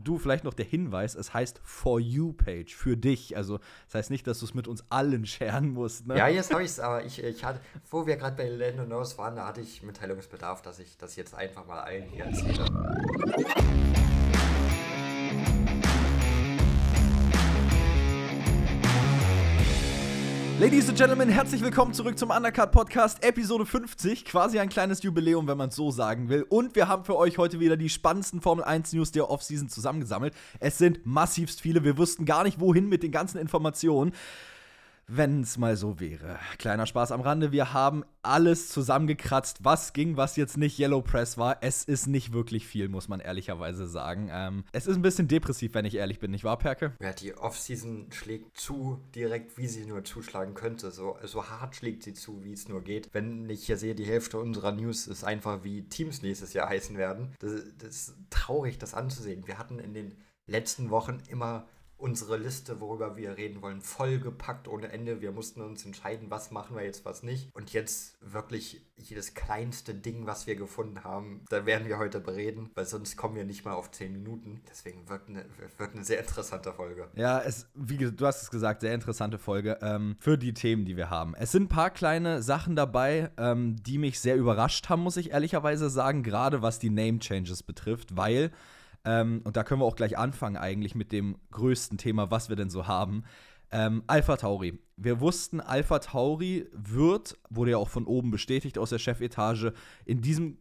du, vielleicht noch der Hinweis, es heißt For You-Page, für dich. Also das heißt nicht, dass du es mit uns allen scheren musst, ne? Ja, jetzt habe ich es, aber ich hatte, wo wir gerade bei Lando Norris waren, da hatte ich Mitteilungsbedarf, dass ich das jetzt einfach mal allen hier erzähle. Ladies and Gentlemen, herzlich willkommen zurück zum Undercut Podcast, Episode 50. Quasi ein kleines Jubiläum, wenn man es so sagen will. Und wir haben für euch heute wieder die spannendsten Formel 1 News der Offseason zusammengesammelt. Es sind massivst viele. Wir wussten gar nicht, wohin mit den ganzen Informationen. Wenn es mal so wäre. Kleiner Spaß am Rande, wir haben alles zusammengekratzt, was ging, was jetzt nicht Yellow Press war. Es ist nicht wirklich viel, muss man ehrlicherweise sagen. Es ist ein bisschen depressiv, wenn ich ehrlich bin, nicht wahr, Perke? Ja, die Offseason schlägt zu direkt, wie sie nur zuschlagen könnte. So hart schlägt sie zu, wie es nur geht. Wenn ich hier sehe, die Hälfte unserer News ist einfach, wie Teams nächstes Jahr heißen werden. Das ist traurig, das anzusehen. Wir hatten in den letzten Wochen immer unsere Liste, worüber wir reden wollen, vollgepackt ohne Ende. Wir mussten uns entscheiden, was machen wir jetzt, was nicht. Und jetzt wirklich jedes kleinste Ding, was wir gefunden haben, da werden wir heute bereden, weil sonst kommen wir nicht mal auf 10 Minuten. Deswegen wird eine sehr interessante Folge. Ja, du hast es gesagt, sehr interessante Folge für die Themen, die wir haben. Es sind ein paar kleine Sachen dabei, die mich sehr überrascht haben, muss ich ehrlicherweise sagen, gerade was die Name-Changes betrifft, weil und da können wir auch gleich anfangen eigentlich mit dem größten Thema, was wir denn so haben. AlphaTauri. Wir wussten, AlphaTauri wurde ja auch von oben bestätigt aus der Chefetage, in diesem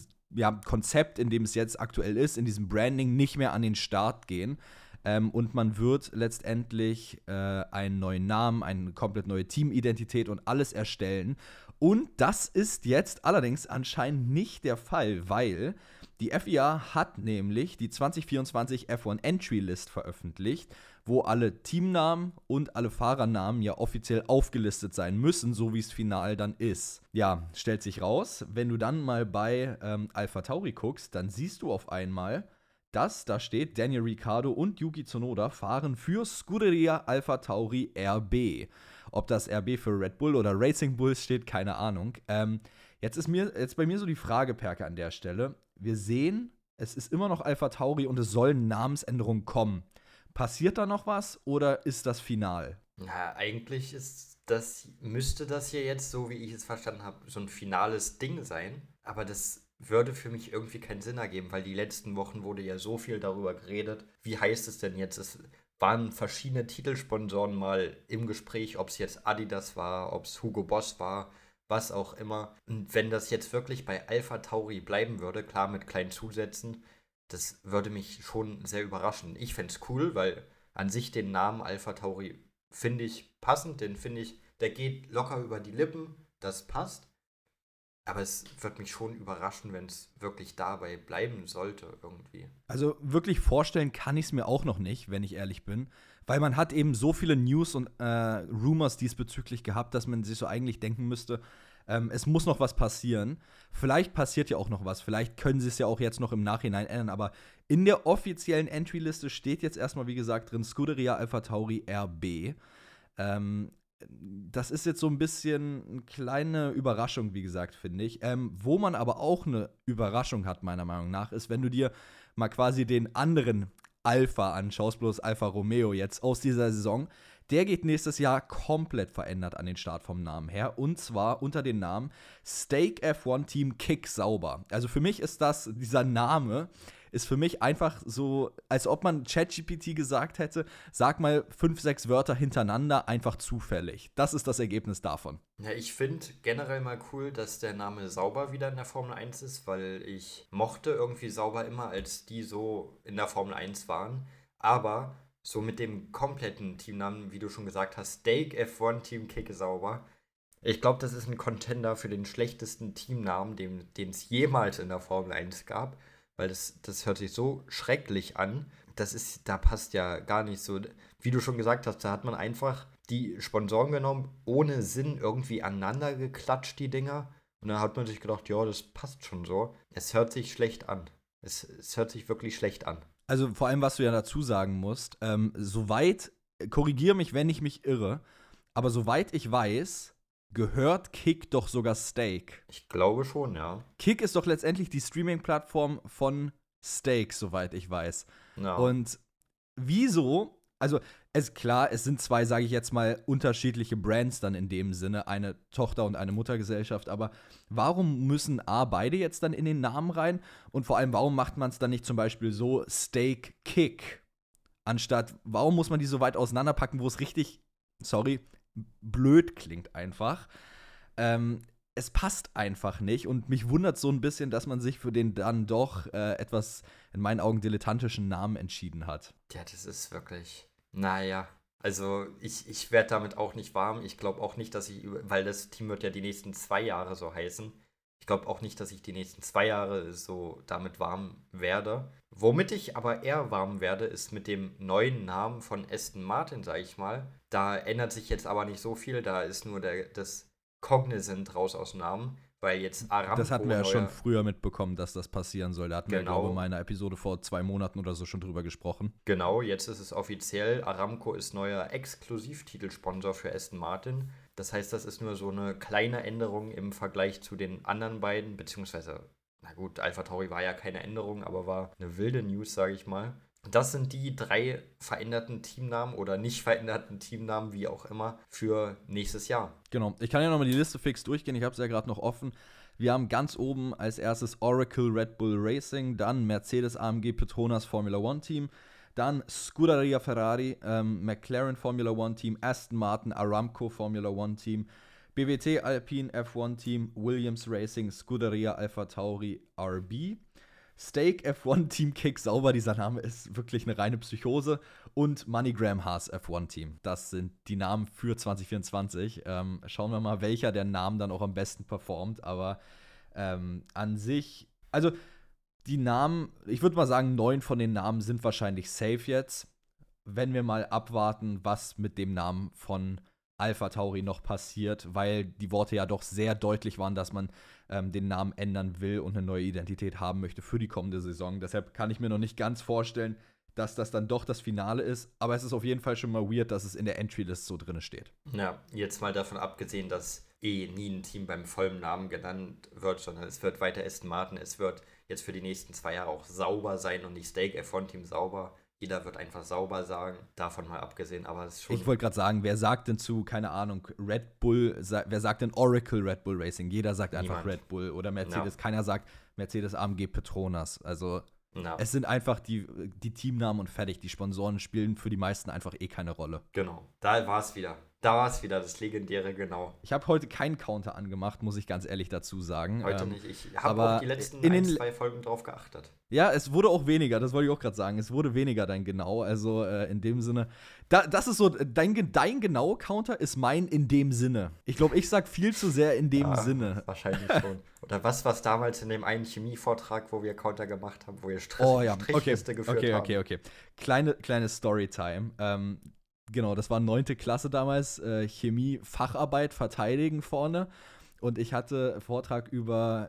Konzept, in dem es jetzt aktuell ist, in diesem Branding nicht mehr an den Start gehen. Und man wird letztendlich einen neuen Namen, eine komplett neue Teamidentität und alles erstellen. Und das ist jetzt allerdings anscheinend nicht der Fall, weil die FIA hat nämlich die 2024 F1 Entry List veröffentlicht, wo alle Teamnamen und alle Fahrernamen ja offiziell aufgelistet sein müssen, so wie es final dann ist. Ja, stellt sich raus, wenn du dann mal bei AlphaTauri guckst, dann siehst du auf einmal, dass da steht, Daniel Ricciardo und Yuki Tsunoda fahren für Scuderia AlphaTauri RB. Ob das RB für Red Bull oder Racing Bulls steht, keine Ahnung. Jetzt bei mir so die Frage, Perke, an der Stelle. Wir sehen, es ist immer noch AlphaTauri und es sollen Namensänderungen kommen. Passiert da noch was oder ist das final? Na, eigentlich müsste das hier jetzt, so wie ich es verstanden habe, so ein finales Ding sein. Aber das würde für mich irgendwie keinen Sinn ergeben, weil die letzten Wochen wurde ja so viel darüber geredet. Wie heißt es denn jetzt? Es waren verschiedene Titelsponsoren mal im Gespräch, ob es jetzt Adidas war, ob es Hugo Boss war, was auch immer. Und wenn das jetzt wirklich bei AlphaTauri bleiben würde, klar mit kleinen Zusätzen, das würde mich schon sehr überraschen. Ich fände es cool, weil an sich den Namen AlphaTauri finde ich passend, den finde ich, der geht locker über die Lippen, das passt. Aber es wird mich schon überraschen, wenn es wirklich dabei bleiben sollte irgendwie. Also wirklich vorstellen kann ich es mir auch noch nicht, wenn ich ehrlich bin. Weil man hat eben so viele News und Rumors diesbezüglich gehabt, dass man sich so eigentlich denken müsste, es muss noch was passieren. Vielleicht passiert ja auch noch was. Vielleicht können sie es ja auch jetzt noch im Nachhinein ändern. Aber in der offiziellen Entry-Liste steht jetzt erstmal, wie gesagt, drin Scuderia AlphaTauri RB. Das ist jetzt so ein bisschen eine kleine Überraschung, wie gesagt, finde ich. Wo man aber auch eine Überraschung hat, meiner Meinung nach, ist, wenn du dir mal quasi den anderen Alpha anschaust, bloß Alfa Romeo jetzt aus dieser Saison. Der geht nächstes Jahr komplett verändert an den Start vom Namen her. Und zwar unter dem Namen Stake F1 Team Kick Sauber. Also für mich ist dieser Name ist für mich einfach so, als ob man ChatGPT gesagt hätte, sag mal 5, 6 Wörter hintereinander, einfach zufällig. Das ist das Ergebnis davon. Ja, ich finde generell mal cool, dass der Name Sauber wieder in der Formel 1 ist, weil ich mochte irgendwie Sauber immer, als die so in der Formel 1 waren. Aber so mit dem kompletten Teamnamen, wie du schon gesagt hast, Stake F1 Team Kick Sauber. Ich glaube, das ist ein Contender für den schlechtesten Teamnamen, den es jemals in der Formel 1 gab. Weil das hört sich so schrecklich an. Da passt ja gar nicht so. Wie du schon gesagt hast, da hat man einfach die Sponsoren genommen, ohne Sinn irgendwie aneinander geklatscht, die Dinger. Und dann hat man sich gedacht, ja, das passt schon so. Es hört sich schlecht an. Es hört sich wirklich schlecht an. Also vor allem, was du ja dazu sagen musst, korrigiere mich, wenn ich mich irre, aber soweit ich weiß, gehört Kick doch sogar Stake. Ich glaube schon, ja. Kick ist doch letztendlich die Streaming-Plattform von Stake, soweit ich weiß. Ja. Und wieso, also es sind zwei, sage ich jetzt mal, unterschiedliche Brands dann in dem Sinne, eine Tochter- und eine Muttergesellschaft, aber warum müssen beide jetzt dann in den Namen rein? Und vor allem, warum macht man es dann nicht zum Beispiel so Steak Kick? Anstatt, warum muss man die so weit auseinanderpacken, wo es richtig, sorry, blöd klingt einfach? Es passt einfach nicht und mich wundert so ein bisschen, dass man sich für den dann doch etwas, in meinen Augen, dilettantischen Namen entschieden hat. Ja, das ist wirklich. Naja. Also ich werde damit auch nicht warm. Ich glaube auch nicht, dass weil das Team wird ja die nächsten 2 Jahre so heißen. Ich glaube auch nicht, dass ich die nächsten 2 Jahre so damit warm werde. Womit ich aber eher warm werde, ist mit dem neuen Namen von Aston Martin, sage ich mal. Da ändert sich jetzt aber nicht so viel. Da ist nur das Cognizant raus aus dem Namen, weil jetzt Aramco. Das hatten wir ja schon früher mitbekommen, dass das passieren soll. Da hatten wir, Genau. glaube ich, mal in einer Episode vor 2 Monaten oder so schon drüber gesprochen. Genau, jetzt ist es offiziell. Aramco ist neuer Exklusivtitelsponsor für Aston Martin. Das heißt, das ist nur so eine kleine Änderung im Vergleich zu den anderen beiden, beziehungsweise, na gut, AlphaTauri war ja keine Änderung, aber war eine wilde News, sage ich mal. Das sind die 3 veränderten Teamnamen oder nicht veränderten Teamnamen, wie auch immer, für nächstes Jahr. Genau, ich kann ja nochmal die Liste fix durchgehen, ich habe es ja gerade noch offen. Wir haben ganz oben als erstes Oracle Red Bull Racing, dann Mercedes AMG Petronas Formula One Team, dann Scuderia Ferrari, McLaren Formula One Team, Aston Martin Aramco Formula One Team, BWT Alpine F1 Team, Williams Racing, Scuderia AlphaTauri RB, Steak F1 Team Kick sauber, dieser Name ist wirklich eine reine Psychose, und MoneyGram Haas F1 Team. Das sind die Namen für 2024. Schauen wir mal, welcher der Namen dann auch am besten performt, aber an sich, also die Namen, ich würde mal sagen, 9 von den Namen sind wahrscheinlich safe jetzt, wenn wir mal abwarten, was mit dem Namen von AlphaTauri noch passiert, weil die Worte ja doch sehr deutlich waren, dass man den Namen ändern will und eine neue Identität haben möchte für die kommende Saison. Deshalb kann ich mir noch nicht ganz vorstellen, dass das dann doch das Finale ist, aber es ist auf jeden Fall schon mal weird, dass es in der Entry-List so drin steht. Ja, jetzt mal davon abgesehen, dass nie ein Team beim vollen Namen genannt wird, sondern es wird weiter Aston Martin, es wird jetzt für die nächsten 2 Jahre auch sauber sein und nicht Steak F1 Team sauber. Jeder wird einfach sauber sagen, davon mal abgesehen, aber es ist schon. Ich wollte gerade sagen, wer sagt denn zu, keine Ahnung, Red Bull, wer sagt denn Oracle Red Bull Racing? Jeder sagt einfach Niemand. Red Bull oder Mercedes. Ja. Keiner sagt Mercedes AMG Petronas. Also Ja, es sind einfach die Teamnamen und fertig. Die Sponsoren spielen für die meisten einfach keine Rolle. genau. Da war es wieder. Da war es wieder, das legendäre Genau. Ich habe heute keinen Counter angemacht, muss ich ganz ehrlich dazu sagen. Heute nicht. Ich habe aber auch die letzten in den 2 Folgen drauf geachtet. Ja, es wurde auch weniger, das wollte ich auch gerade sagen. Es wurde weniger dein Genau, also in dem Sinne. Das ist so, dein Genau-Counter ist mein in dem Sinne. Ich glaube, ich sag viel zu sehr in dem Sinne. Wahrscheinlich schon. Oder was damals in dem einen Chemievortrag, wo wir Counter gemacht haben, wo wir Strichliste geführt haben. Okay. Kleine Storytime. Genau, das war 9. Klasse damals, Chemie-Facharbeit verteidigen vorne. Und ich hatte einen Vortrag über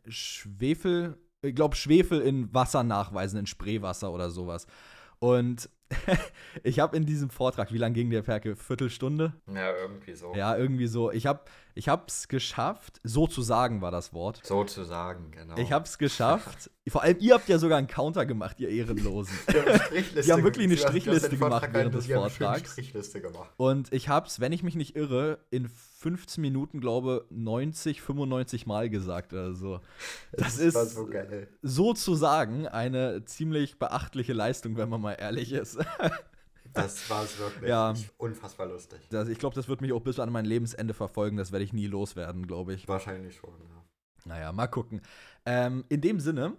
Schwefel in Wasser nachweisen, in Spreewasser oder sowas. Und ich habe in diesem Vortrag, wie lang ging der, Perke? Viertelstunde? Ja, irgendwie so. Ja, irgendwie so. Ich hab's geschafft, sozusagen war das Wort. Sozusagen, genau. Ich hab's geschafft. Vor allem, ihr habt ja sogar einen Counter gemacht, ihr Ehrenlosen. Die haben wirklich eine Strichliste gemacht während des Vortrags. Strichliste gemacht. Und ich hab's, wenn ich mich nicht irre, in 15 Minuten, glaube 95 Mal gesagt. Also, das ist war so geil. sozusagen eine ziemlich beachtliche Leistung, wenn man mal ehrlich ist. Das war es wirklich. Ja. Unfassbar lustig. Ich glaube, das wird mich auch bis an mein Lebensende verfolgen. Das werde ich nie loswerden, glaube ich. Wahrscheinlich schon, ja. Naja, mal gucken. In dem Sinne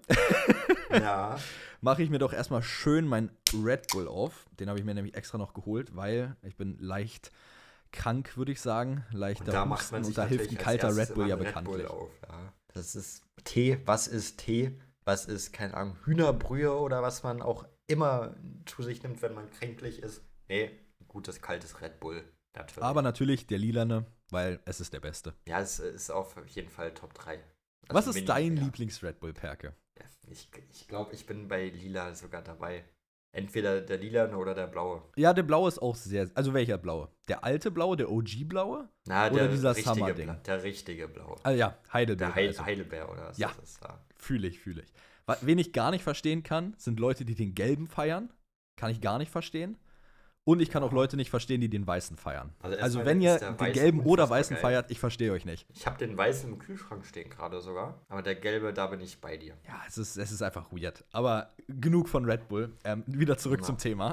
Ja. mache ich mir doch erstmal schön mein Red Bull auf. Den habe ich mir nämlich extra noch geholt, weil ich bin leicht krank, würde ich sagen. Leichter Da macht Husten man sich und da hilft ein natürlich kalter als Red Bull ja erstes immer bekanntlich. Red Bull auf, ja. Das ist Tee. Was ist Tee? Was ist, keine Ahnung, Hühnerbrühe oder was man auch immer zu sich nimmt, wenn man kränklich ist? Nee, ein gutes, kaltes Red Bull. Natürlich. Aber natürlich der Lilane, weil es ist der Beste. Ja, es ist auf jeden Fall Top 3. Was ist dein Lieblings-Red Bull, Perke? Ja, ich glaube, ich bin bei Lila sogar dabei. Entweder der Lilane oder der blaue. Ja, der blaue ist auch sehr. Also welcher blaue? Der alte blaue, der OG-blaue? Na, Oder der dieser richtige Summer-Ding? Der richtige blaue. Ah ja, Heidelbeer. Der Heidelbeer oder was Ja. ist das da? Fühle ich. Wen ich gar nicht verstehen kann, sind Leute, die den gelben feiern. Kann ich gar nicht verstehen. Und ich kann auch Leute nicht verstehen, die den weißen feiern. Also wenn ihr den gelben oder weißen feiert, ich verstehe euch nicht. Ich habe den weißen im Kühlschrank stehen gerade sogar. Aber der gelbe, da bin ich bei dir. Ja, es ist einfach weird. Aber genug von Red Bull. Wieder zurück zum Thema.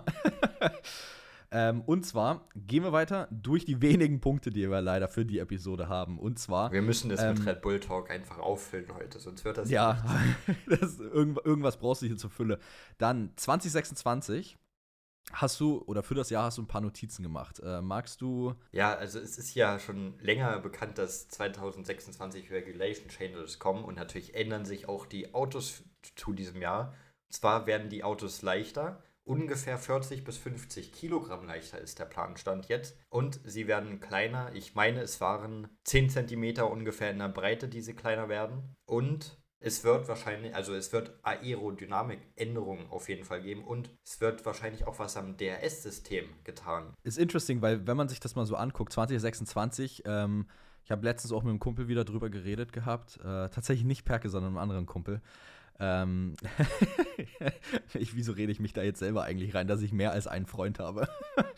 Und zwar gehen wir weiter durch die wenigen Punkte, die wir leider für die Episode haben. Und zwar. Wir müssen das mit Red Bull Talk einfach auffüllen heute, sonst wird das ja. Irgendwas brauchst du hier zur Fülle. Dann 2026 hast du, oder für das Jahr hast du ein paar Notizen gemacht. Magst du. Ja, also es ist ja schon länger bekannt, dass 2026 Regulation Changes kommen und natürlich ändern sich auch die Autos zu diesem Jahr. Und zwar werden die Autos leichter. Ungefähr 40 bis 50 Kilogramm leichter ist der Planstand jetzt. Und sie werden kleiner. Ich meine, es waren 10 Zentimeter ungefähr in der Breite, die sie kleiner werden. Und es wird wahrscheinlich, also es wird Aerodynamikänderungen auf jeden Fall geben. Und es wird wahrscheinlich auch was am DRS-System getan. Ist interesting, weil wenn man sich das mal so anguckt, 2026, ich habe letztens auch mit einem Kumpel wieder drüber geredet gehabt. Tatsächlich nicht Perke, sondern einem anderen Kumpel. Wieso rede ich mich da jetzt selber eigentlich rein, dass ich mehr als einen Freund habe?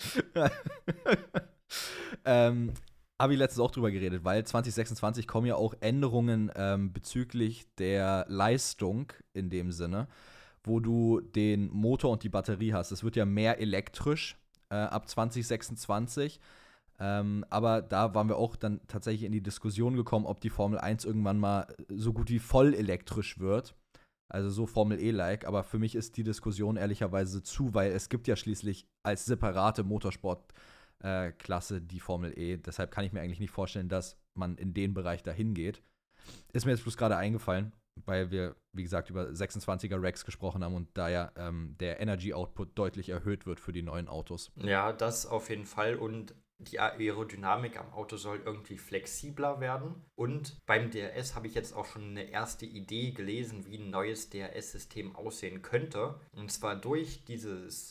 Habe ich letztens auch drüber geredet, weil 2026 kommen ja auch Änderungen bezüglich der Leistung in dem Sinne, wo du den Motor und die Batterie hast. Es wird ja mehr elektrisch ab 2026. Aber da waren wir auch dann tatsächlich in die Diskussion gekommen, ob die Formel 1 irgendwann mal so gut wie voll elektrisch wird. Also so Formel E-like, aber für mich ist die Diskussion ehrlicherweise zu, weil es gibt ja schließlich als separate Motorsportklasse die Formel E. Deshalb kann ich mir eigentlich nicht vorstellen, dass man in den Bereich dahin geht. Ist mir jetzt bloß gerade eingefallen, weil wir, wie gesagt, über 26er Racks gesprochen haben und da ja der Energy Output deutlich erhöht wird für die neuen Autos. Ja, das auf jeden Fall und die Aerodynamik am Auto soll irgendwie flexibler werden. Und beim DRS habe ich jetzt auch schon eine erste Idee gelesen, wie ein neues DRS-System aussehen könnte. Und zwar durch dieses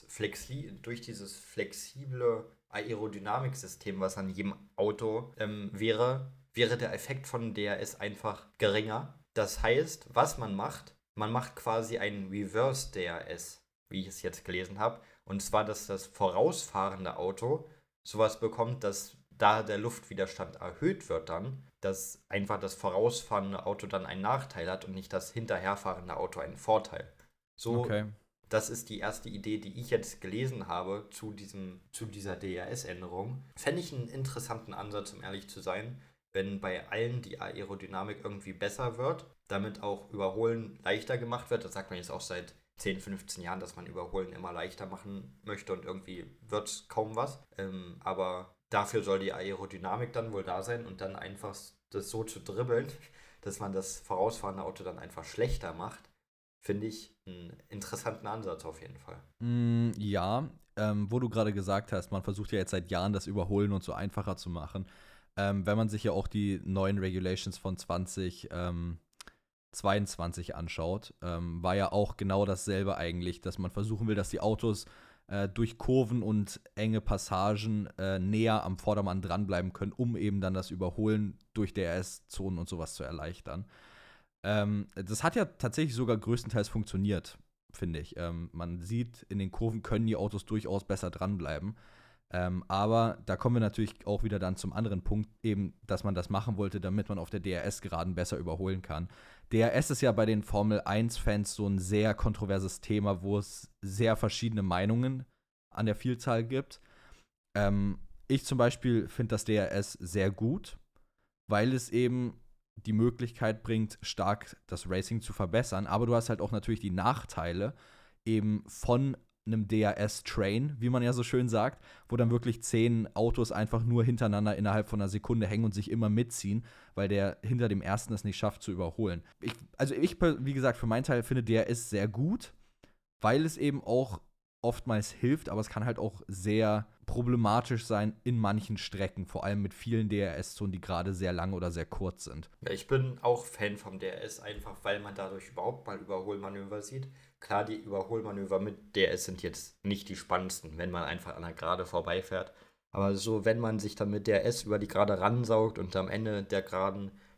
flexible Aerodynamiksystem, was an jedem Auto wäre der Effekt von DRS einfach geringer. Das heißt, was man macht quasi ein Reverse DRS, wie ich es jetzt gelesen habe. Und zwar, dass das vorausfahrende Auto sowas bekommt, dass da der Luftwiderstand erhöht wird dann, dass einfach das vorausfahrende Auto dann einen Nachteil hat und nicht das hinterherfahrende Auto einen Vorteil. So, okay. Das ist die erste Idee, die ich jetzt gelesen habe zu dieser DRS-Änderung. Fände ich einen interessanten Ansatz, um ehrlich zu sein, wenn bei allen die Aerodynamik irgendwie besser wird, damit auch Überholen leichter gemacht wird. Das sagt man jetzt auch seit 10, 15 Jahren, dass man Überholen immer leichter machen möchte und irgendwie wird es kaum was. Aber dafür soll die Aerodynamik dann wohl da sein und dann einfach das so zu dribbeln, dass man das vorausfahrende Auto dann einfach schlechter macht, finde ich einen interessanten Ansatz auf jeden Fall. Ja, wo du gerade gesagt hast, man versucht ja jetzt seit Jahren das Überholen und so einfacher zu machen. Wenn man sich ja auch die neuen Regulations von 2022 anschaut, war ja auch genau dasselbe eigentlich, dass man versuchen will, dass die Autos durch Kurven und enge Passagen näher am Vordermann dranbleiben können, um eben dann das Überholen durch DRS-Zonen und sowas zu erleichtern. Das hat ja tatsächlich sogar größtenteils funktioniert, finde ich. Man sieht, in den Kurven können die Autos durchaus besser dranbleiben. Aber da kommen wir natürlich auch wieder dann zum anderen Punkt, eben, dass man das machen wollte, damit man auf der DRS-Geraden besser überholen kann. DRS ist ja bei den Formel-1-Fans so ein sehr kontroverses Thema, wo es sehr verschiedene Meinungen an der Vielzahl gibt. Ich zum Beispiel finde das DRS sehr gut, weil es eben die Möglichkeit bringt, stark das Racing zu verbessern. Aber du hast halt auch natürlich die Nachteile eben von einem DRS-Train, wie man ja so schön sagt, wo dann wirklich 10 Autos einfach nur hintereinander innerhalb von einer Sekunde hängen und sich immer mitziehen, weil der hinter dem ersten es nicht schafft zu überholen. Ich, wie gesagt, für meinen Teil finde DRS sehr gut, weil es eben auch oftmals hilft, aber es kann halt auch sehr problematisch sein in manchen Strecken, vor allem mit vielen DRS-Zonen, die gerade sehr lang oder sehr kurz sind. Ja, ich bin auch Fan vom DRS, einfach weil man dadurch überhaupt mal Überholmanöver sieht. Klar, die Überholmanöver mit DRS sind jetzt nicht die spannendsten, wenn man einfach an der Gerade vorbeifährt. Aber so, wenn man sich dann mit DRS über die Gerade ransaugt und am Ende der Geraden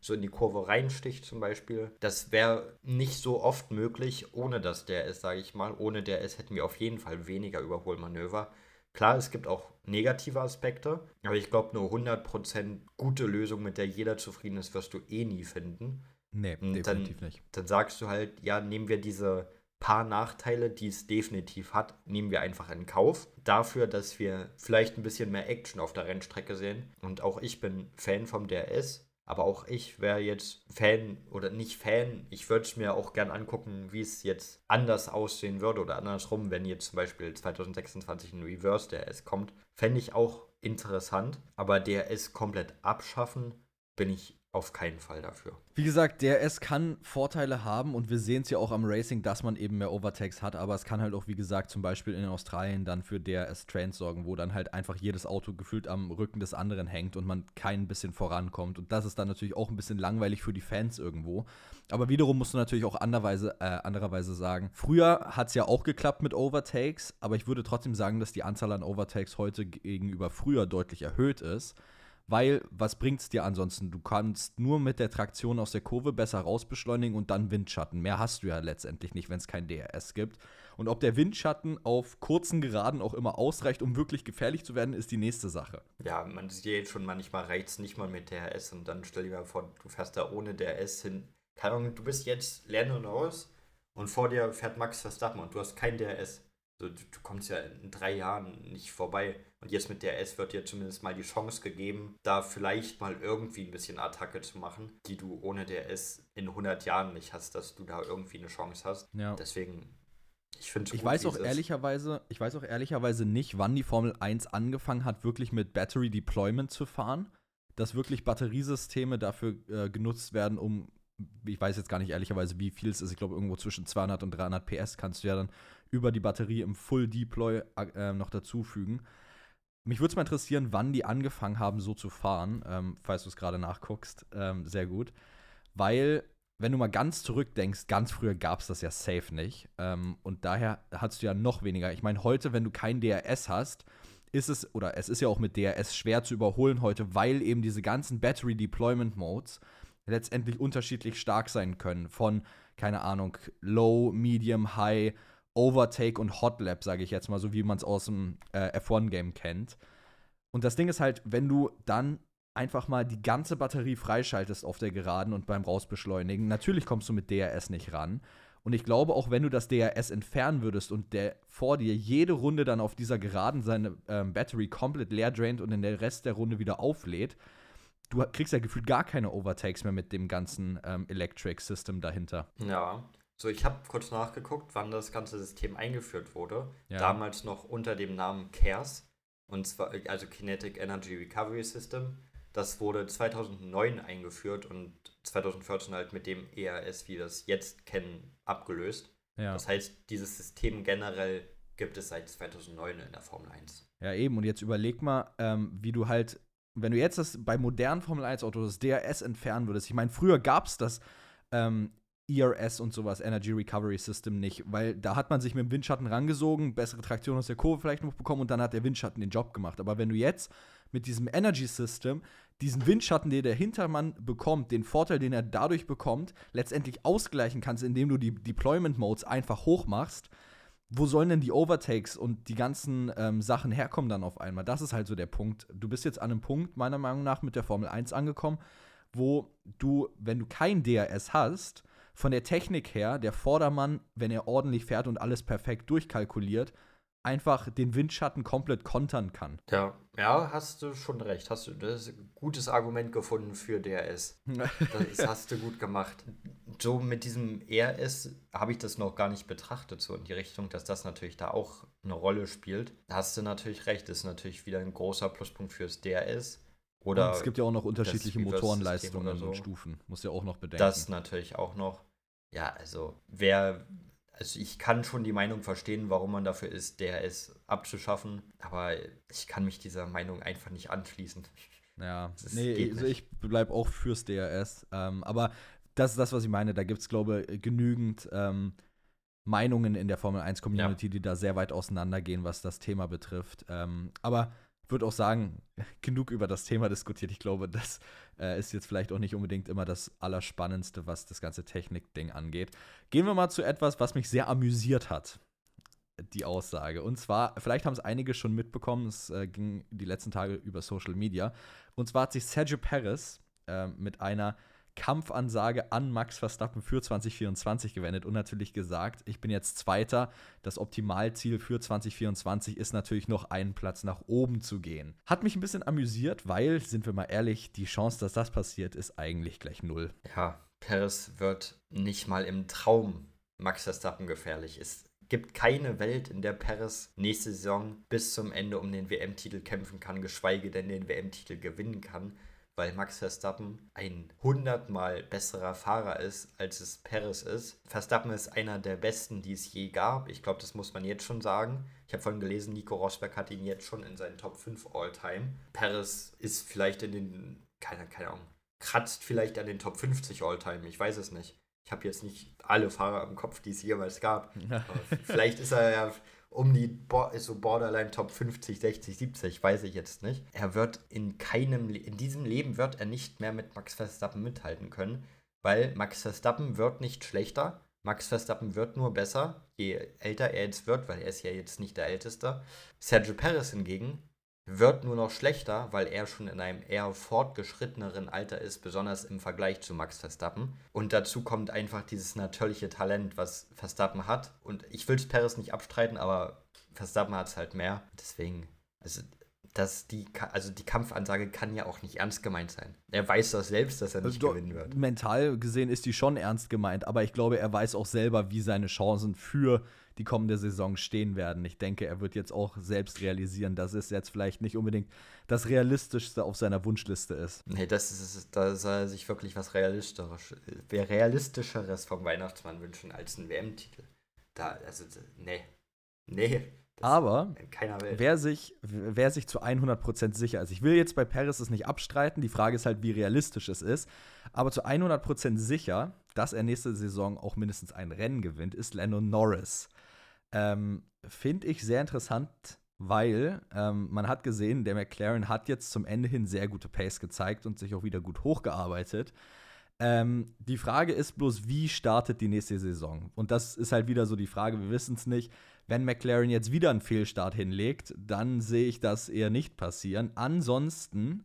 so in die Kurve reinsticht zum Beispiel. Das wäre nicht so oft möglich ohne das DRS, sage ich mal. Ohne DRS hätten wir auf jeden Fall weniger Überholmanöver. Klar, es gibt auch negative Aspekte, aber ich glaube, eine 100% gute Lösung, mit der jeder zufrieden ist, wirst du eh nie finden. Nee, Und definitiv nicht. Dann sagst du halt, ja, nehmen wir diese paar Nachteile, die es definitiv hat, nehmen wir einfach in Kauf. Dafür, dass wir vielleicht ein bisschen mehr Action auf der Rennstrecke sehen. Und auch ich bin Fan vom DRS. Aber auch ich wäre jetzt Fan oder nicht Fan. Ich würde es mir auch gern angucken, wie es jetzt anders aussehen würde oder andersrum, wenn jetzt zum Beispiel 2026 ein Reverse DRS kommt. Fände ich auch interessant. Aber DRS komplett abschaffen, bin ich auf keinen Fall dafür. Wie gesagt, DRS kann Vorteile haben und wir sehen es ja auch am Racing, dass man eben mehr Overtakes hat, aber es kann halt auch, wie gesagt, zum Beispiel in Australien dann für DRS-Trains sorgen, wo dann halt einfach jedes Auto gefühlt am Rücken des anderen hängt und man kein bisschen vorankommt. Und das ist dann natürlich auch ein bisschen langweilig für die Fans irgendwo. Aber wiederum musst du natürlich auch andererweise sagen, früher hat es ja auch geklappt mit Overtakes, aber ich würde trotzdem sagen, dass die Anzahl an Overtakes heute gegenüber früher deutlich erhöht ist. Weil, was bringt es dir ansonsten? Du kannst nur mit der Traktion aus der Kurve besser rausbeschleunigen und dann Windschatten. Mehr hast du ja letztendlich nicht, wenn es kein DRS gibt. Und ob der Windschatten auf kurzen Geraden auch immer ausreicht, um wirklich gefährlich zu werden, ist die nächste Sache. Ja, man sieht jetzt schon, manchmal reicht es nicht mal mit DRS und dann stell dir mal vor, du fährst da ohne DRS hin. Keine Ahnung, du bist jetzt Lando Norris und vor dir fährt Max Verstappen und du hast kein DRS. Also, du kommst ja in 3 Jahren nicht vorbei. Und jetzt mit DRS wird dir zumindest mal die Chance gegeben, da vielleicht mal irgendwie ein bisschen Attacke zu machen, die du ohne DRS in 100 Jahren nicht hast, dass du da irgendwie eine Chance hast. Ja. Deswegen, ich finde es gut, ich weiß auch ehrlicherweise nicht, wann die Formel 1 angefangen hat, wirklich mit Battery Deployment zu fahren. Dass wirklich Batteriesysteme dafür genutzt werden, um, ich weiß jetzt gar nicht ehrlicherweise, wie viel es ist. Ich glaube, irgendwo zwischen 200 und 300 PS kannst du ja dann über die Batterie im Full Deploy noch dazufügen. Mich würde es mal interessieren, wann die angefangen haben, so zu fahren, falls du es gerade nachguckst. Sehr gut. Weil, wenn du mal ganz zurückdenkst, ganz früher gab es das ja safe nicht. Und daher hast du ja noch weniger. Ich meine, heute, wenn du kein DRS hast, es ist ja auch mit DRS schwer zu überholen heute, weil eben diese ganzen Battery Deployment Modes letztendlich unterschiedlich stark sein können. Von, keine Ahnung, Low, Medium, High, Overtake und Hot Lap, sage ich jetzt mal, so wie man es aus dem F1-Game kennt. Und das Ding ist halt, wenn du dann einfach mal die ganze Batterie freischaltest auf der Geraden und beim Rausbeschleunigen, natürlich kommst du mit DRS nicht ran. Und ich glaube, auch wenn du das DRS entfernen würdest und der vor dir jede Runde dann auf dieser Geraden seine Battery komplett leer draint und in der Rest der Runde wieder auflädt, du kriegst ja gefühlt gar keine Overtakes mehr mit dem ganzen Electric System dahinter. Ja. So, ich habe kurz nachgeguckt, wann das ganze System eingeführt wurde. Ja. Damals noch unter dem Namen CARES, und zwar also Kinetic Energy Recovery System. Das wurde 2009 eingeführt und 2014 halt mit dem ERS, wie wir es jetzt kennen, abgelöst. Ja. Das heißt, dieses System generell gibt es seit 2009 in der Formel 1. Ja, eben. Und jetzt überleg mal, wie du halt, wenn du jetzt das bei modernen Formel 1-Autos das DRS entfernen würdest. Ich meine, früher gab es das ERS und sowas, Energy Recovery System, nicht, weil da hat man sich mit dem Windschatten rangesogen, bessere Traktion aus der Kurve vielleicht noch bekommen und dann hat der Windschatten den Job gemacht. Aber wenn du jetzt mit diesem Energy System diesen Windschatten, den der Hintermann bekommt, den Vorteil, den er dadurch bekommt, letztendlich ausgleichen kannst, indem du die Deployment Modes einfach hochmachst, wo sollen denn die Overtakes und die ganzen Sachen herkommen dann auf einmal? Das ist halt so der Punkt. Du bist jetzt an einem Punkt, meiner Meinung nach, mit der Formel 1 angekommen, wo du, wenn du kein DRS hast, von der Technik her, der Vordermann, wenn er ordentlich fährt und alles perfekt durchkalkuliert, einfach den Windschatten komplett kontern kann. Ja, hast du schon recht. Das ist ein gutes Argument gefunden für DRS. Das hast du gut gemacht. So mit diesem ERS habe ich das noch gar nicht betrachtet, so in die Richtung, dass das natürlich da auch eine Rolle spielt. Da hast du natürlich recht. Das ist natürlich wieder ein großer Pluspunkt fürs DRS. Oder und es gibt ja auch noch unterschiedliche Motorenleistungen und Stufen. Muss ja auch noch bedenken. Das natürlich auch noch. Ja, also ich kann schon die Meinung verstehen, warum man dafür ist, DRS abzuschaffen, aber ich kann mich dieser Meinung einfach nicht anschließen. Ja, also ich bleibe auch fürs DRS, aber das ist das, was ich meine. Da gibt es, glaube ich, genügend Meinungen in der Formel 1-Community, die da sehr weit auseinandergehen, was das Thema betrifft. Aber würde auch sagen, genug über das Thema diskutiert. Ich glaube, das ist jetzt vielleicht auch nicht unbedingt immer das Allerspannendste, was das ganze Technik-Ding angeht. Gehen wir mal zu etwas, was mich sehr amüsiert hat. Die Aussage. Und zwar, vielleicht haben es einige schon mitbekommen, es ging die letzten Tage über Social Media. Und zwar hat sich Sergio Perez mit einer Kampfansage an Max Verstappen für 2024 gewendet und natürlich gesagt, ich bin jetzt Zweiter. Das Optimalziel für 2024 ist natürlich noch einen Platz nach oben zu gehen. Hat mich ein bisschen amüsiert, weil, sind wir mal ehrlich, die Chance, dass das passiert, ist eigentlich gleich null. Ja, Perez wird nicht mal im Traum Max Verstappen gefährlich. Es gibt keine Welt, in der Perez nächste Saison bis zum Ende um den WM-Titel kämpfen kann, geschweige denn den WM-Titel gewinnen kann, weil Max Verstappen ein 100-mal besserer Fahrer ist, als es Perez ist. Verstappen ist einer der besten, die es je gab. Ich glaube, das muss man jetzt schon sagen. Ich habe vorhin gelesen, Nico Rosberg hat ihn jetzt schon in seinen Top 5 All-Time. Perez ist vielleicht in den, keine Ahnung, kratzt vielleicht an den Top 50 All-Time. Ich weiß es nicht. Ich habe jetzt nicht alle Fahrer im Kopf, die es jemals gab. Vielleicht ist er ja um die so Borderline Top 50, 60, 70, weiß ich jetzt nicht. Er wird in diesem Leben wird er nicht mehr mit Max Verstappen mithalten können, weil Max Verstappen wird nicht schlechter. Max Verstappen wird nur besser, je älter er jetzt wird, weil er ist ja jetzt nicht der Älteste. Sergio Perez hingegen wird nur noch schlechter, weil er schon in einem eher fortgeschritteneren Alter ist, besonders im Vergleich zu Max Verstappen. Und dazu kommt einfach dieses natürliche Talent, was Verstappen hat. Und ich will es Perez nicht abstreiten, aber Verstappen hat es halt mehr. Deswegen, die Kampfansage kann ja auch nicht ernst gemeint sein. Er weiß doch selbst, dass er nicht gewinnen wird. Mental gesehen ist die schon ernst gemeint, aber ich glaube, er weiß auch selber, wie seine Chancen für die kommende Saison stehen werden. Ich denke, er wird jetzt auch selbst realisieren, dass es jetzt vielleicht nicht unbedingt das Realistischste auf seiner Wunschliste ist. Nee, da soll er sich wirklich was Realistischeres vom Weihnachtsmann wünschen als einen WM-Titel. Nee. Aber wer sich zu 100% sicher ist, ich will jetzt bei Perez es nicht abstreiten, die Frage ist halt, wie realistisch es ist, aber zu 100% sicher, dass er nächste Saison auch mindestens ein Rennen gewinnt, ist Lando Norris. Finde ich sehr interessant, weil man hat gesehen, der McLaren hat jetzt zum Ende hin sehr gute Pace gezeigt und sich auch wieder gut hochgearbeitet. Die Frage ist bloß, wie startet die nächste Saison? Und das ist halt wieder so die Frage, wir wissen es nicht. Wenn McLaren jetzt wieder einen Fehlstart hinlegt, dann sehe ich das eher nicht passieren. Ansonsten,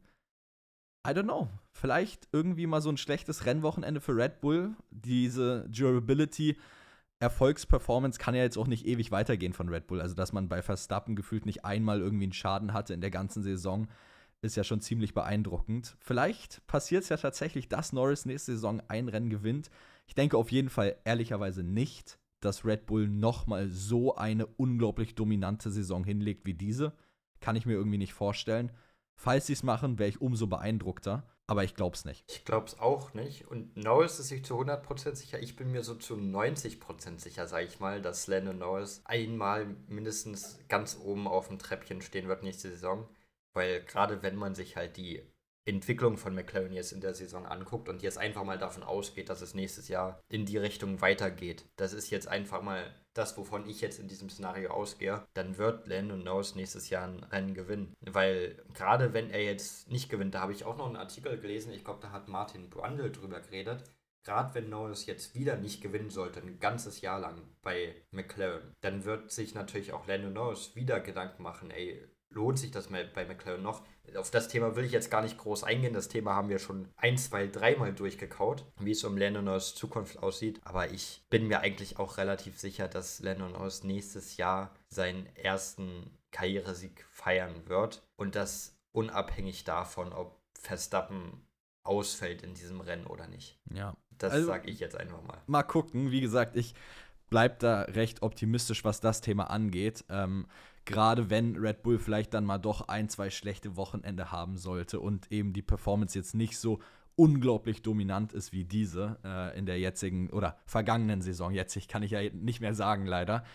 I don't know, vielleicht irgendwie mal so ein schlechtes Rennwochenende für Red Bull. Diese Durability, Erfolgsperformance kann ja jetzt auch nicht ewig weitergehen von Red Bull. Also, dass man bei Verstappen gefühlt nicht einmal irgendwie einen Schaden hatte in der ganzen Saison, ist ja schon ziemlich beeindruckend. Vielleicht passiert es ja tatsächlich, dass Norris nächste Saison ein Rennen gewinnt. Ich denke auf jeden Fall ehrlicherweise nicht, dass Red Bull nochmal so eine unglaublich dominante Saison hinlegt wie diese. Kann ich mir irgendwie nicht vorstellen. Falls sie es machen, wäre ich umso beeindruckter. Aber ich glaube es nicht. Ich glaube es auch nicht. Und Norris ist sich zu 100% sicher. Ich bin mir so zu 90% sicher, sage ich mal, dass Lando Norris einmal mindestens ganz oben auf dem Treppchen stehen wird nächste Saison. Weil gerade wenn man sich halt die Entwicklung von McLaren jetzt in der Saison anguckt und jetzt einfach mal davon ausgeht, dass es nächstes Jahr in die Richtung weitergeht. Das ist jetzt einfach mal das, wovon ich jetzt in diesem Szenario ausgehe. Dann wird Lando Norris nächstes Jahr ein Rennen gewinnen. Weil gerade wenn er jetzt nicht gewinnt, da habe ich auch noch einen Artikel gelesen, ich glaube, da hat Martin Brundle drüber geredet. Gerade wenn Norris jetzt wieder nicht gewinnen sollte, ein ganzes Jahr lang bei McLaren, dann wird sich natürlich auch Lando Norris wieder Gedanken machen, lohnt sich das bei McLaren noch? Auf das Thema will ich jetzt gar nicht groß eingehen. Das Thema haben wir schon 1, 2, 3 Mal durchgekaut, wie es um Lando Norris Zukunft aussieht. Aber ich bin mir eigentlich auch relativ sicher, dass Lando Norris nächstes Jahr seinen ersten Karrieresieg feiern wird. Und das unabhängig davon, ob Verstappen ausfällt in diesem Rennen oder nicht. Ja. Das sage ich jetzt einfach mal. Mal gucken. Wie gesagt, ich bleibe da recht optimistisch, was das Thema angeht. Gerade wenn Red Bull vielleicht dann mal doch 1, 2 schlechte Wochenende haben sollte und eben die Performance jetzt nicht so unglaublich dominant ist wie diese in der jetzigen oder vergangenen Saison. Jetzig kann ich ja nicht mehr sagen, leider.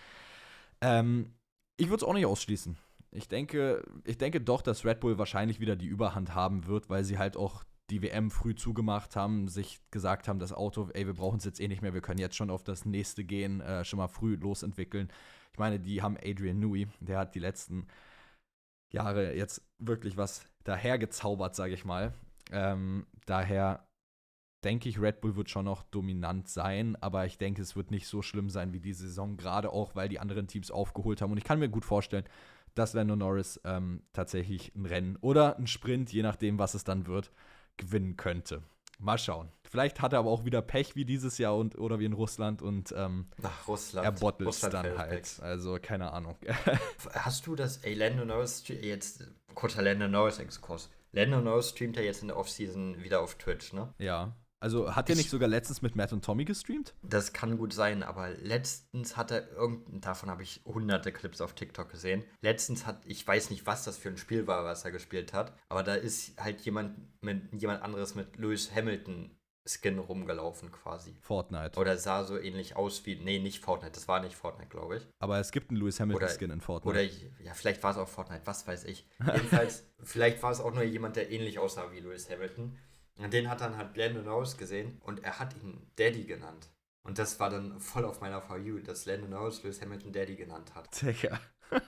Ich würde es auch nicht ausschließen. Ich denke doch, dass Red Bull wahrscheinlich wieder die Überhand haben wird, weil sie halt auch die WM früh zugemacht haben, sich gesagt haben, das Auto, wir brauchen es jetzt eh nicht mehr, wir können jetzt schon auf das nächste gehen, schon mal früh losentwickeln. Ich meine, die haben Adrian Newey, der hat die letzten Jahre jetzt wirklich was dahergezaubert, sage ich mal. Daher denke ich, Red Bull wird schon noch dominant sein, aber ich denke, es wird nicht so schlimm sein wie die Saison, gerade auch, weil die anderen Teams aufgeholt haben. Und ich kann mir gut vorstellen, dass Lando Norris tatsächlich ein Rennen oder ein Sprint, je nachdem, was es dann wird, gewinnen könnte. Mal schauen. Vielleicht hat er aber auch wieder Pech wie dieses Jahr oder wie in Russland und Russland. er bottelt Russland dann fällt halt. weg. Also, keine Ahnung. Hast du das, Lando Norris, jetzt kurzer Lando Norris-Exkurs. Lando Norris streamt ja jetzt in der Offseason wieder auf Twitch, ne? Ja. Also, hat er nicht sogar letztens mit Matt und Tommy gestreamt? Das kann gut sein, aber letztens hat er davon habe ich hunderte Clips auf TikTok gesehen. Ich weiß nicht, was das für ein Spiel war, was er gespielt hat, aber da ist halt jemand anderes mit Lewis Hamilton Skin rumgelaufen quasi. Fortnite. Oder sah so ähnlich aus wie, nee, nicht Fortnite, das war nicht Fortnite, glaube ich. Aber es gibt einen Lewis Hamilton-Skin in Fortnite. Oder, ja, vielleicht war es auch Fortnite, was weiß ich. Jedenfalls, vielleicht war es auch nur jemand, der ähnlich aussah wie Lewis Hamilton. Und den hat dann halt Lando Norris gesehen und er hat ihn Daddy genannt. Und das war dann voll auf meiner For You, dass Lando Norris Lewis Hamilton Daddy genannt hat. Digga.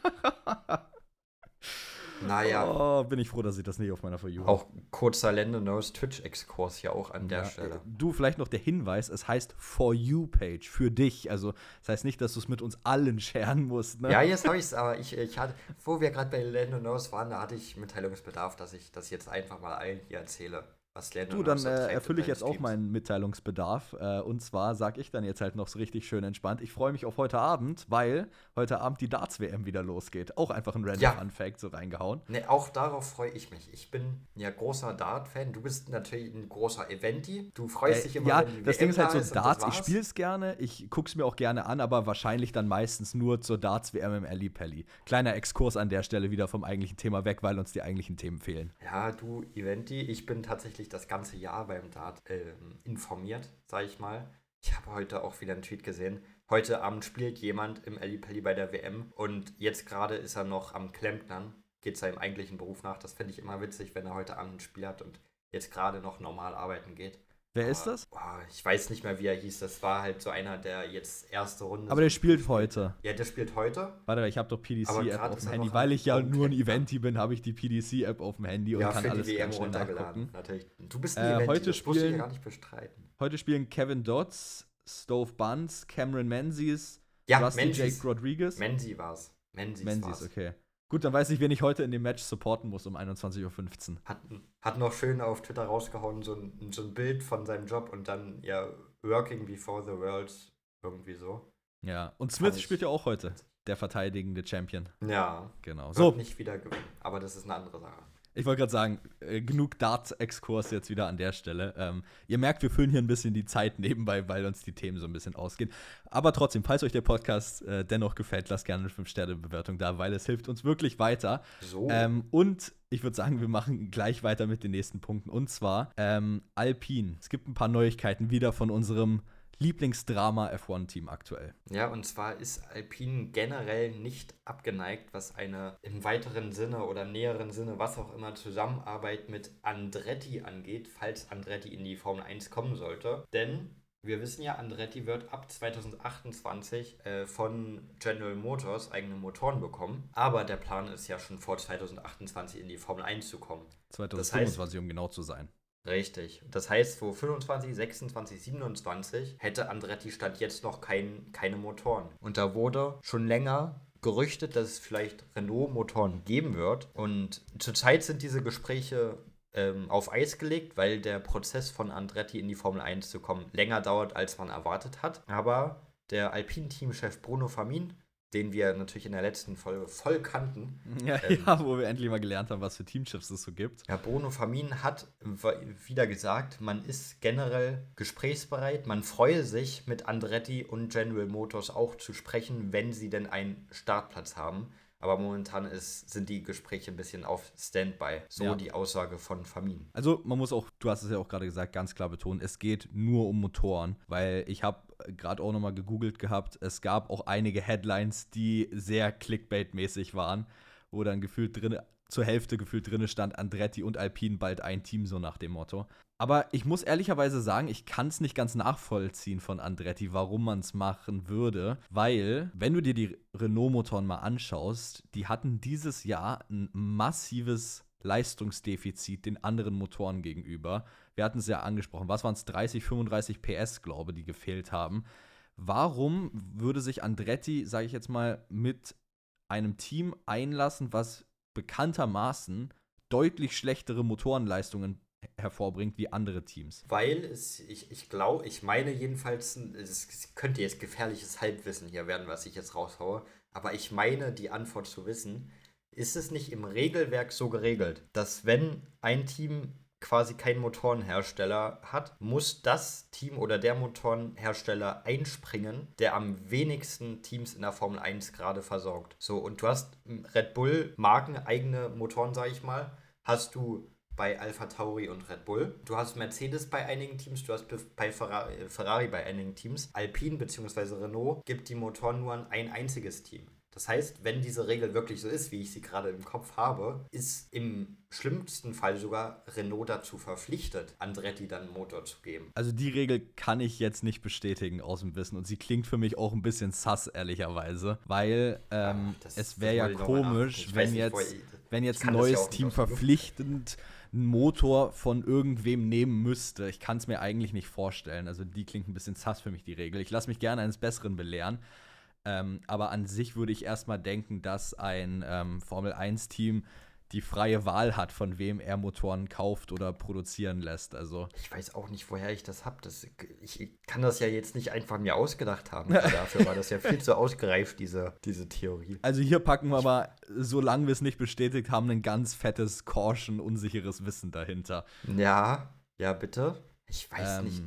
Naja. Oh, bin ich froh, dass ich das nicht auf meiner For You habe. Auch kurzer Lando Norris Twitch-Exkurs hier auch an der Stelle. Du, vielleicht noch der Hinweis, es heißt For You-Page, für dich. Also, das heißt nicht, dass du es mit uns allen scheren musst, ne? Ja, jetzt habe ich es, aber ich hatte, wo wir gerade bei Lando Norris waren, da hatte ich Mitteilungsbedarf, dass ich das jetzt einfach mal allen hier erzähle. Was Lando Du, dann Norris treibt erfülle ich in jetzt seinen auch Streams. meinen Mitteilungsbedarf. Und zwar sage ich dann jetzt halt noch so richtig schön entspannt. Ich freue mich auf heute Abend, weil heute Abend die Darts-WM wieder losgeht. Auch einfach ein random Fun-Fact so reingehauen. Ne, auch darauf freue ich mich. Ich bin ja großer Dart-Fan. Du bist natürlich ein großer Eventi. Du freust dich immer, ja, wenn die das WM Ding ist halt da so und Darts. das Ich war's. spiele es gerne, ich gucke es mir auch gerne an, aber wahrscheinlich dann meistens nur zur Darts-WM im Ali Pelli. Kleiner Exkurs an der Stelle wieder vom eigentlichen Thema weg, weil uns die eigentlichen Themen fehlen. Ja, du, Eventi, ich bin tatsächlich das ganze Jahr beim Dart informiert, sag ich mal. Ich habe heute auch wieder einen Tweet gesehen. Heute Abend spielt jemand im Ali Pelli bei der WM und jetzt gerade ist er noch am Klempnern, geht seinem eigentlichen Beruf nach. Das finde ich immer witzig, wenn er heute Abend ein Spiel hat und jetzt gerade noch normal arbeiten geht. Wer ist das? Ich weiß nicht mehr, wie er hieß. Das war halt so einer, der jetzt erste Runde. Aber der spielt heute. Ja, der spielt heute. Warte, ich habe doch Aber PDC-App gerade auf ist dem er Handy. noch Weil ich ja am nur ein Campen. Eventi bin, habe ich die PDC-App auf dem Handy und Ja, kann für alles die WM ganz schnell runtergeladen. nachgucken. Natürlich. Du bist ein Eventi, heute das muss ich spielen- ja gar nicht bestreiten. Heute spielen Kevin Dodds, Stove Buns, Cameron Menzies, Ja, Rusty Menzies. Jake Rodriguez. Menzies war's. Menzies, okay. Gut, dann weiß ich, wen ich heute in dem Match supporten muss um 21:15 Uhr. Hat noch schön auf Twitter rausgehauen, so ein Bild von seinem Job und dann, ja, working before the world, irgendwie so. Ja, und Smith ich- spielt ja auch heute, der verteidigende Champion. Ja, Genau. wird So, nicht wieder gewinnen, aber das ist eine andere Sache. ich wollte gerade sagen, genug Darts-Exkurs jetzt wieder an der Stelle. Ihr merkt, wir füllen hier ein bisschen die Zeit nebenbei, weil uns die Themen so ein bisschen ausgehen. Aber trotzdem, falls euch der Podcast dennoch gefällt, lasst gerne eine 5-Sterne-Bewertung da, weil es hilft uns wirklich weiter. So. Und ich würde sagen, wir machen gleich weiter mit den nächsten Punkten. Und zwar Alpine. Es gibt ein paar Neuigkeiten wieder von unserem Lieblingsdrama F1-Team aktuell. Ja, und zwar ist Alpine generell nicht abgeneigt, was eine im weiteren Sinne oder näheren Sinne, was auch immer, Zusammenarbeit mit Andretti angeht, falls Andretti in die Formel 1 kommen sollte. Denn wir wissen ja, Andretti wird ab 2028 von General Motors eigene Motoren bekommen. Aber der Plan ist ja schon vor 2028 in die Formel 1 zu kommen. 2025, um genau zu sein. Richtig. Das heißt, vor 25, 26, 27 hätte Andretti Stand jetzt noch keine Motoren. Und da wurde schon länger gerüchtet, dass es vielleicht Renault-Motoren geben wird. Und zurzeit sind diese Gespräche auf Eis gelegt, weil der Prozess von Andretti in die Formel 1 zu kommen länger dauert, als man erwartet hat. Aber der Alpine-Teamchef Bruno Famin, den wir natürlich in der letzten Folge voll kannten. Ja, wo wir endlich mal gelernt haben, was für Teamchefs es so gibt. Ja, Bruno Famin hat wieder gesagt, man ist generell gesprächsbereit, man freue sich, mit Andretti und General Motors auch zu sprechen, wenn sie denn einen Startplatz haben. Aber momentan sind die Gespräche ein bisschen auf Standby. So Ja. die Aussage von Famin. Also man muss auch, du hast es ja auch gerade gesagt, ganz klar betonen, es geht nur um Motoren, weil ich habe gerade auch nochmal gegoogelt gehabt, es gab auch einige Headlines, die sehr Clickbait-mäßig waren, wo dann zur Hälfte gefühlt drin stand, Andretti und Alpine bald ein Team, so nach dem Motto. Aber ich muss ehrlicherweise sagen, ich kann es nicht ganz nachvollziehen von Andretti, warum man es machen würde. Weil, wenn du dir die Renault-Motoren mal anschaust, die hatten dieses Jahr ein massives Leistungsdefizit den anderen Motoren gegenüber. Wir hatten es ja angesprochen. Was waren es? 30, 35 PS, glaube ich, die gefehlt haben. Warum würde sich Andretti, sage ich jetzt mal, mit einem Team einlassen, was bekanntermaßen deutlich schlechtere Motorenleistungen hervorbringt wie andere Teams? Weil ich meine jedenfalls, es könnte jetzt gefährliches Halbwissen hier werden, was ich jetzt raushaue, aber ich meine, die Antwort zu wissen, ist es nicht im Regelwerk so geregelt, dass wenn ein Team quasi keinen Motorenhersteller hat, muss das Team oder der Motorenhersteller einspringen, der am wenigsten Teams in der Formel 1 gerade versorgt. So, und du hast Red Bull markeneigene Motoren, sage ich mal, hast du bei AlphaTauri und Red Bull. Du hast Mercedes bei einigen Teams, du hast bei Ferrari bei einigen Teams. Alpine bzw. Renault gibt die Motoren nur an ein einziges Team. Das heißt, wenn diese Regel wirklich so ist, wie ich sie gerade im Kopf habe, ist im schlimmsten Fall sogar Renault dazu verpflichtet, Andretti dann einen Motor zu geben. Also die Regel kann ich jetzt nicht bestätigen aus dem Wissen und sie klingt für mich auch ein bisschen sus, ehrlicherweise, weil es wäre ja komisch, wenn jetzt ein neues Team verpflichtend einen Motor von irgendwem nehmen müsste. Ich kann es mir eigentlich nicht vorstellen. Also die klingt ein bisschen sus für mich, die Regel. Ich lasse mich gerne eines Besseren belehren. Aber an sich würde ich erstmal denken, dass ein Formel-1-Team die freie Wahl hat, von wem er Motoren kauft oder produzieren lässt. Also ich weiß auch nicht, woher ich das habe. Ich kann das ja jetzt nicht einfach mir ausgedacht haben. Dafür war das ja viel zu ausgereift, diese Theorie. Also hier packen wir mal, solange wir es nicht bestätigt haben, ein ganz fettes Caution, unsicheres Wissen dahinter. Ja, bitte. Ich weiß nicht.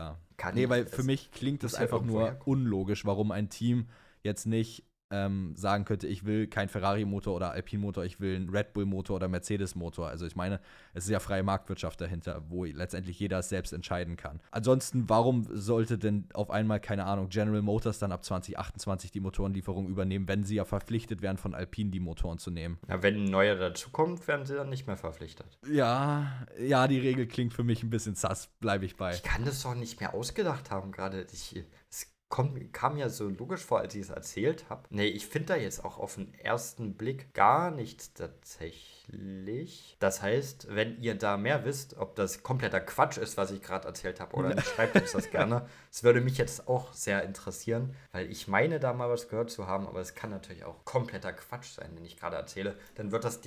Weil für mich klingt es einfach nur unlogisch, warum ein Team jetzt nicht sagen könnte, ich will keinen Ferrari-Motor oder Alpine-Motor, ich will einen Red Bull-Motor oder Mercedes-Motor. Also ich meine, es ist ja freie Marktwirtschaft dahinter, wo letztendlich jeder es selbst entscheiden kann. Ansonsten, warum sollte denn auf einmal, keine Ahnung, General Motors dann ab 2028 die Motorenlieferung übernehmen, wenn sie ja verpflichtet wären, von Alpine die Motoren zu nehmen? Ja, wenn ein neuer dazukommt, werden sie dann nicht mehr verpflichtet. Ja, die Regel klingt für mich ein bisschen sus, bleibe ich bei. Ich kann das doch nicht mehr ausgedacht haben gerade. Kam ja so logisch vor, als ich es erzählt habe. Nee, ich finde da jetzt auch auf den ersten Blick gar nichts tatsächlich. Das heißt, wenn ihr da mehr wisst, ob das kompletter Quatsch ist, was ich gerade erzählt habe, oder schreibt uns das gerne. Das würde mich jetzt auch sehr interessieren, weil ich meine, da mal was gehört zu haben, aber es kann natürlich auch kompletter Quatsch sein, den ich gerade erzähle. Dann wird das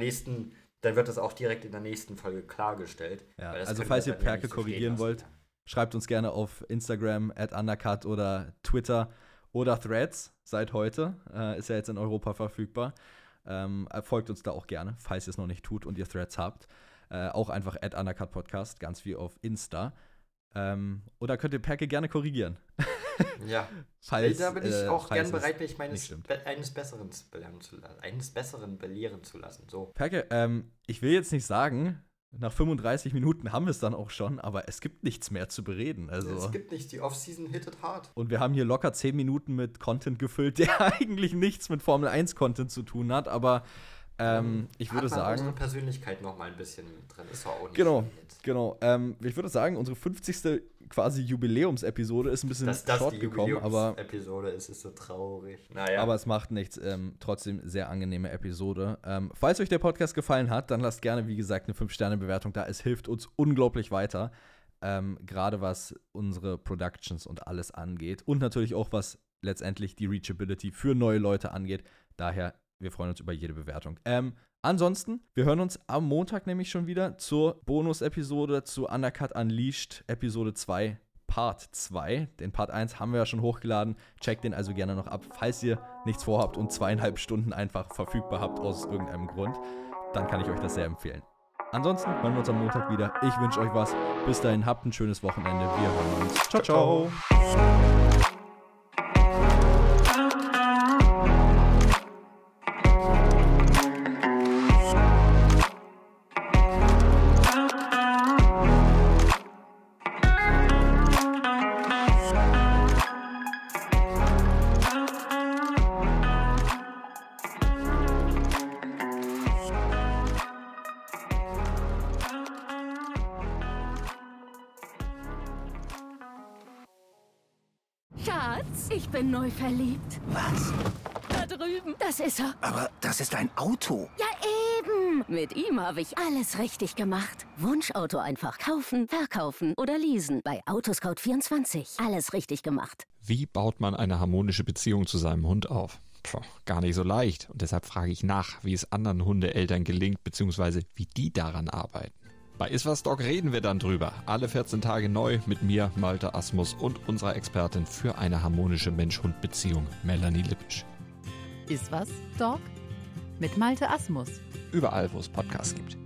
auch direkt in der nächsten Folge klargestellt. Ja, also falls ihr Perke korrigieren wollt, schreibt uns gerne auf Instagram @undercut oder Twitter oder Threads seit heute. Ist ja jetzt in Europa verfügbar. Folgt uns da auch gerne, falls ihr es noch nicht tut und ihr Threads habt. Auch einfach @undercut-podcast, ganz wie auf Insta. Oder könnt ihr Perke gerne korrigieren. Ja, da bin ich auch gern bereit, mich eines Besseren belehren zu lassen. So. Perke, ich will jetzt nicht sagen, nach 35 Minuten haben wir es dann auch schon, aber es gibt nichts mehr zu bereden. Also. Es gibt nichts, die Offseason hittet hart. Und wir haben hier locker 10 Minuten mit Content gefüllt, der eigentlich nichts mit Formel 1 Content zu tun hat, aber ich würde sagen, unsere Persönlichkeit noch mal ein bisschen drin. Ist auch nicht genau. Ich würde sagen, unsere 50. quasi Jubiläumsepisode ist ein bisschen short gekommen, aber Episode ist so traurig. Naja. Aber es macht nichts. Trotzdem sehr angenehme Episode. Falls euch der Podcast gefallen hat, dann lasst gerne, wie gesagt, eine 5-Sterne-Bewertung da. Es hilft uns unglaublich weiter. Gerade was unsere Productions und alles angeht. Und natürlich auch, was letztendlich die Reachability für neue Leute angeht. Daher, wir freuen uns über jede Bewertung. Ansonsten, wir hören uns am Montag nämlich schon wieder zur Bonus-Episode zu Undercut Unleashed, Episode 2, Part 2. Den Part 1 haben wir ja schon hochgeladen. Checkt den also gerne noch ab, falls ihr nichts vorhabt und 2,5 Stunden einfach verfügbar habt aus irgendeinem Grund. Dann kann ich euch das sehr empfehlen. Ansonsten hören wir uns am Montag wieder. Ich wünsche euch was. Bis dahin, habt ein schönes Wochenende. Wir hören uns. Ciao, ciao. Schatz, ich bin neu verliebt. Was? Da drüben. Das ist er. Aber das ist ein Auto. Ja, eben. Mit ihm habe ich alles richtig gemacht. Wunschauto einfach kaufen, verkaufen oder leasen. Bei Autoscout24. Alles richtig gemacht. Wie baut man eine harmonische Beziehung zu seinem Hund auf? Gar nicht so leicht. Und deshalb frage ich nach, wie es anderen Hundeeltern gelingt, beziehungsweise wie die daran arbeiten. Bei Iswas Dog reden wir dann drüber. Alle 14 Tage neu mit mir, Malte Asmus und unserer Expertin für eine harmonische Mensch-Hund-Beziehung, Melanie Lippisch. Iswas Dog mit Malte Asmus. Überall, wo es Podcasts gibt.